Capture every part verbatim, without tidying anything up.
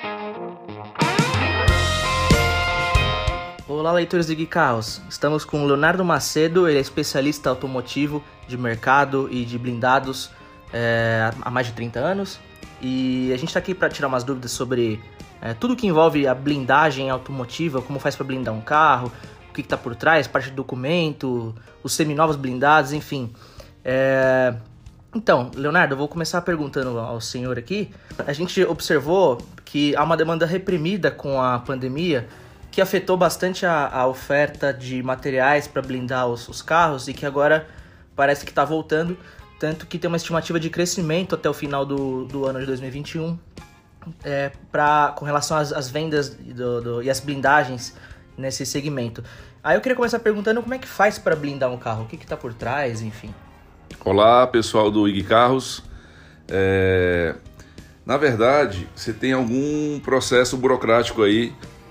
Olá, leitores de Geek Carros. Estamos com o Leonardo Macedo, ele é especialista automotivo de mercado e de blindados é, há mais de trinta anos. E a gente está aqui para tirar umas dúvidas sobre é, tudo que envolve a blindagem automotiva, como faz para blindar um carro, o que está por trás, parte do documento, os seminovos blindados, enfim. É... Então, Leonardo, eu vou começar perguntando ao senhor aqui. A gente observou que há uma demanda reprimida com a pandemia, que afetou bastante a, a oferta de materiais para blindar os, os carros e que agora parece que está voltando, tanto que tem uma estimativa de crescimento até o final do, do ano de dois mil e vinte e um é, pra, com relação às, às vendas do, do, e às blindagens nesse segmento. Aí eu queria começar perguntando como é que faz para blindar um carro, o que está por trás, enfim. Olá, pessoal do Geek Carros. É... Na verdade, você tem algum processo burocrático aí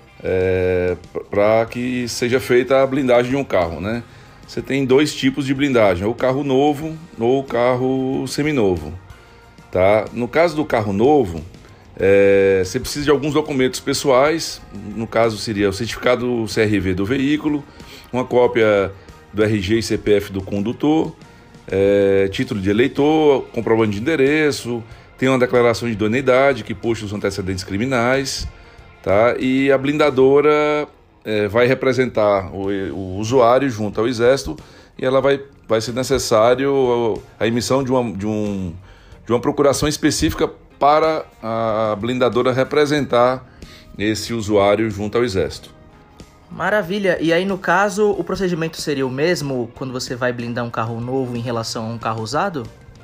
É, para que seja feita a blindagem de um carro, né? Você tem dois tipos de blindagem, ou o carro novo ou o carro seminovo, tá? No caso do carro novo, é, você precisa de alguns documentos pessoais, no caso seria o certificado C R V do veículo, uma cópia do R G e C P F do condutor, é, título de eleitor, comprovante de endereço, tem uma declaração de idoneidade que puxa os antecedentes criminais, tá? E a blindadora é, vai representar o, o usuário junto ao Exército e ela vai, vai ser necessário a emissão de uma, de, um, de uma procuração específica para a blindadora representar esse usuário junto ao Exército. Maravilha! E aí, no caso, o procedimento seria o mesmo quando você vai blindar um carro novo em relação a um carro usado?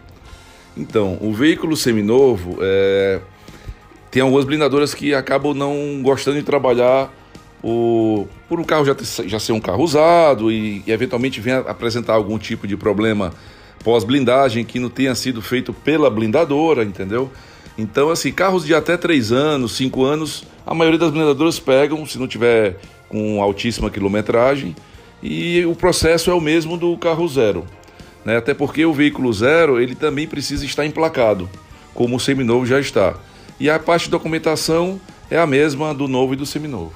Então, o veículo seminovo é... tem algumas blindadoras que acabam não gostando de trabalhar o, por um carro já, ter, já ser um carro usado e, e eventualmente venha apresentar algum tipo de problema pós-blindagem que não tenha sido feito pela blindadora, entendeu? Então, assim, carros de até três anos, cinco anos, a maioria das blindadoras pegam, se não tiver com altíssima quilometragem, e o processo é o mesmo do carro zero, né? Até porque o veículo zero, ele também precisa estar emplacado, como o seminovo já está. E a parte de documentação é a mesma do novo e do seminovo.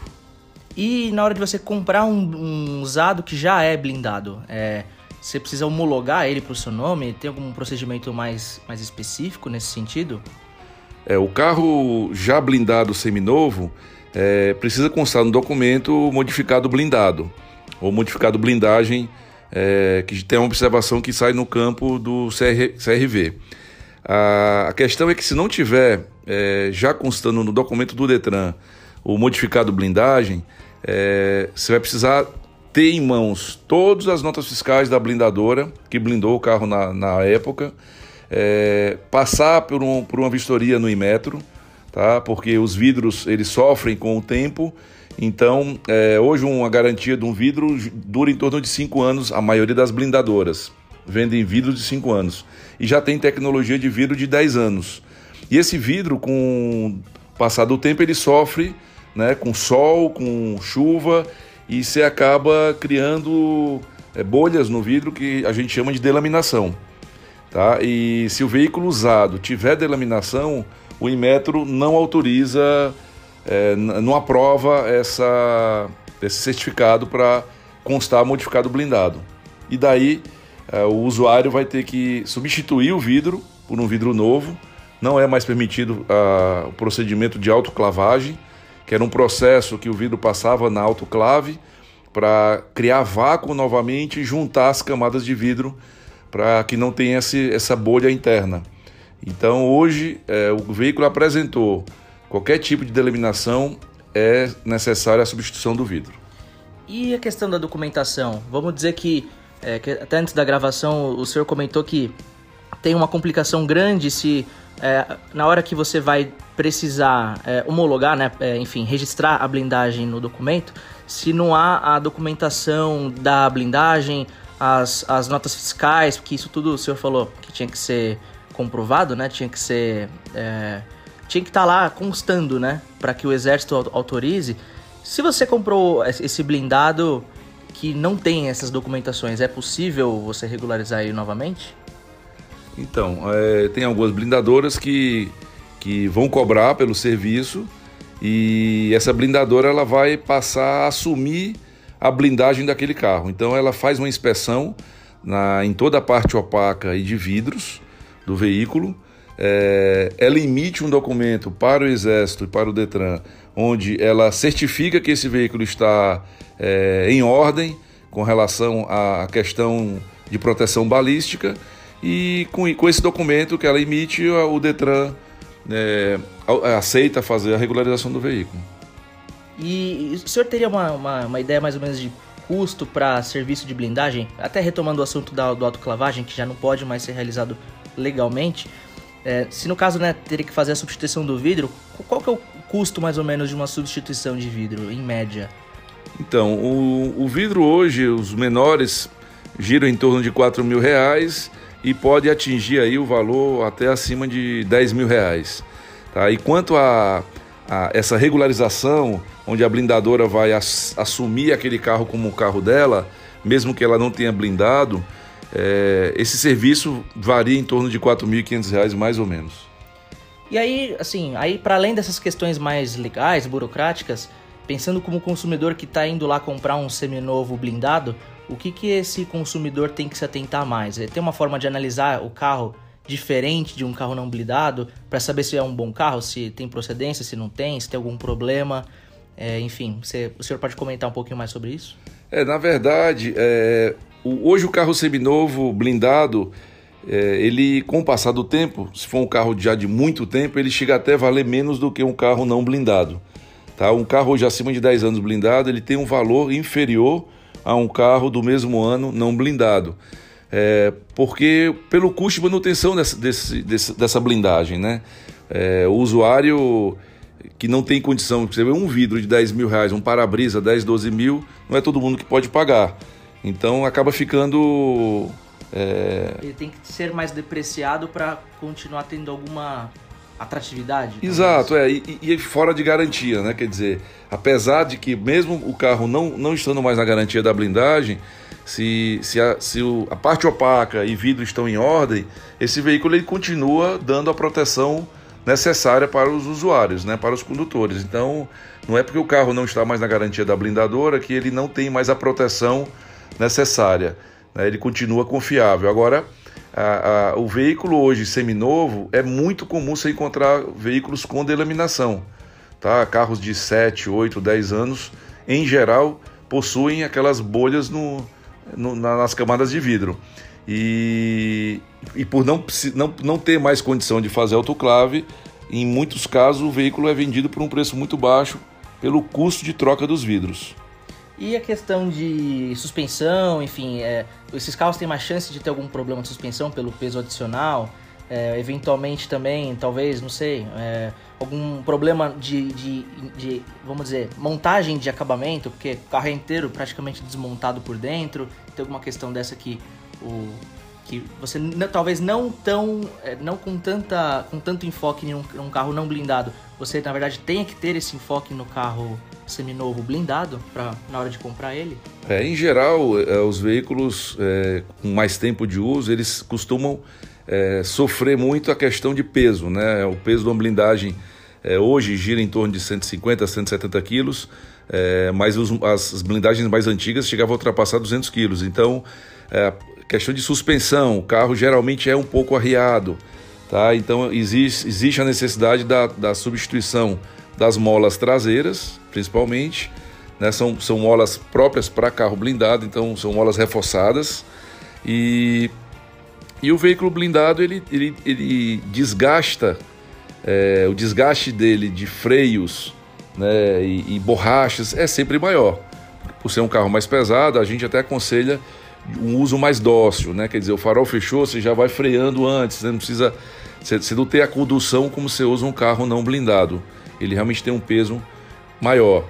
E na hora de você comprar um, um usado que já é blindado, é, você precisa homologar ele para o seu nome? Tem algum procedimento mais, mais específico nesse sentido? É, o carro já blindado seminovo é, precisa constar no documento modificado blindado, ou modificado blindagem, é, que tem uma observação que sai no campo do C R V. A questão é que se não tiver é, já constando no documento do Detran o modificado blindagem, é, você vai precisar ter em mãos todas as notas fiscais da blindadora que blindou o carro na, na época, é, passar por, um, por uma vistoria no Inmetro, tá? Porque os vidros eles sofrem com o tempo. Então é, hoje uma garantia de um vidro dura em torno de cinco anos, a maioria das blindadoras vendem vidro de cinco anos. E já tem tecnologia de vidro de dez anos. E esse vidro, com o passar do tempo, ele sofre, né, com sol, com chuva, e você acaba criando é, bolhas no vidro que a gente chama de delaminação. Tá? E se o veículo usado tiver delaminação, o Inmetro não autoriza, é, não aprova essa, esse certificado para constar modificado blindado. E daí o usuário vai ter que substituir o vidro por um vidro novo. Não é mais permitido uh, o procedimento de autoclavagem, que era um processo que o vidro passava na autoclave para criar vácuo novamente e juntar as camadas de vidro para que não tenha esse, essa bolha interna. Então hoje é, o veículo apresentou qualquer tipo de delaminação, é necessária a substituição do vidro. E a questão da documentação? Vamos dizer que É, que até antes da gravação o senhor comentou que tem uma complicação grande se é, na hora que você vai precisar é, homologar, né, é, enfim, registrar a blindagem no documento, se não há a documentação da blindagem, as, as notas fiscais, porque isso tudo o senhor falou que tinha que ser comprovado, né, tinha que ser é, tinha que estar lá constando, né, para que o Exército autorize. Se você comprou esse blindado que não tem essas documentações, é possível você regularizar ele novamente? Então, é, tem algumas blindadoras que, que vão cobrar pelo serviço e essa blindadora ela vai passar a assumir a blindagem daquele carro. Então ela faz uma inspeção na, em toda a parte opaca e de vidros do veículo, é, ela emite um documento para o Exército e para o Detran, onde ela certifica que esse veículo está é, em ordem com relação à questão de proteção balística, e com, com esse documento que ela emite, o Detran é, aceita fazer a regularização do veículo. E o senhor teria uma, uma, uma ideia mais ou menos de custo para serviço de blindagem? Até retomando o assunto da do autoclavagem, que já não pode mais ser realizado legalmente, é, se no caso, né, teria que fazer a substituição do vidro, qual que é o custo mais ou menos de uma substituição de vidro, em média? Então, o, o vidro hoje, os menores giram em torno de quatro mil reais e pode atingir aí o valor até acima de dez mil reais. Tá? E quanto a, a essa regularização, onde a blindadora vai ass, assumir aquele carro como o carro dela, mesmo que ela não tenha blindado, é, esse serviço varia em torno de quatro mil e quinhentos reais mais ou menos. E aí, assim, aí para além dessas questões mais legais, burocráticas, pensando como consumidor que está indo lá comprar um seminovo blindado, o que, que esse consumidor tem que se atentar mais? Tem uma forma de analisar o carro diferente de um carro não blindado para saber se é um bom carro, se tem procedência, se não tem, se tem algum problema, é, enfim, você, o senhor pode comentar um pouquinho mais sobre isso? É, na verdade, é, o, hoje o carro seminovo blindado, é, ele, com o passar do tempo, se for um carro já de muito tempo, ele chega até a valer menos do que um carro não blindado. Tá? Um carro hoje acima de dez anos blindado, ele tem um valor inferior a um carro do mesmo ano não blindado. É, porque pelo custo de manutenção dessa, desse, desse, dessa blindagem, né? É, o usuário que não tem condição, você vê um vidro de dez mil reais, um para-brisa dez, doze mil, não é todo mundo que pode pagar. Então acaba ficando... É... Ele tem que ser mais depreciado para continuar tendo alguma atratividade. Exato, é, e, e fora de garantia, né? Quer dizer, apesar de que mesmo o carro não, não estando mais na garantia da blindagem, se, se, a, se o, a parte opaca e vidro estão em ordem, esse veículo ele continua dando a proteção necessária para os usuários, né? Para os condutores. Então, não é porque o carro não está mais na garantia da blindadora que ele não tem mais a proteção necessária, né? Ele continua confiável. Agora, A, a, o veículo hoje seminovo, é muito comum você encontrar veículos com delaminação, tá? Carros de sete, oito, dez anos, em geral, possuem aquelas bolhas no, no, nas camadas de vidro. E, e por não, não, não ter mais condição de fazer autoclave, em muitos casos o veículo é vendido por um preço muito baixo pelo custo de troca dos vidros. E a questão de suspensão, enfim, é, esses carros têm mais chance de ter algum problema de suspensão pelo peso adicional, é, eventualmente também, talvez, não sei, é, algum problema de, de, de, vamos dizer, montagem de acabamento, porque o carro é inteiro praticamente desmontado por dentro, tem alguma questão dessa que, o, que você não, talvez não tão, é, não com, tanta, com tanto enfoque em um, em um carro não blindado, você na verdade tenha que ter esse enfoque no carro seminovo blindado pra, na hora de comprar ele? É, em geral, é, os veículos é, com mais tempo de uso, eles costumam é, sofrer muito a questão de peso, né? O peso de uma blindagem é, hoje gira em torno de cento e cinquenta, cento e setenta quilos, é, mas os, as blindagens mais antigas chegavam a ultrapassar duzentos quilos. Então, é, questão de suspensão, o carro geralmente é um pouco arriado, tá? Então existe, existe a necessidade da, da substituição das molas traseiras, principalmente, né? São, são molas próprias para carro blindado, então são molas reforçadas, e, e o veículo blindado ele, ele, ele desgasta, é, o desgaste dele de freios, né, e, e borrachas é sempre maior. Por ser um carro mais pesado, a gente até aconselha um uso mais dócil, né? Quer dizer, o farol fechou, você já vai freando antes, né? Não precisa, você, você não tem a condução como você usa um carro não blindado. Ele realmente tem um peso maior.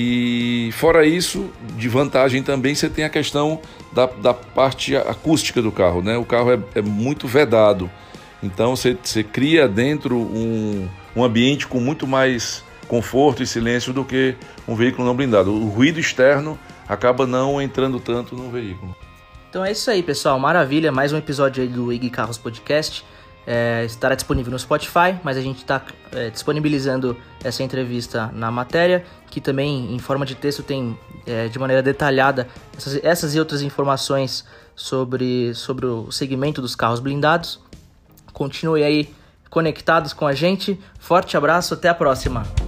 E fora isso, de vantagem também, você tem a questão da, da parte acústica do carro, né? O carro é, é muito vedado, então você, você cria dentro um, um ambiente com muito mais conforto e silêncio do que um veículo não blindado. O ruído externo acaba não entrando tanto no veículo. Então é isso aí, pessoal, maravilha, mais um episódio aí do I G Carros Podcast. é, estará disponível no Spotify, mas a gente está é, disponibilizando essa entrevista na matéria, que também em forma de texto tem é, de maneira detalhada essas, essas e outras informações sobre, sobre o segmento dos carros blindados. Continue aí conectados com a gente. Forte abraço, até a próxima!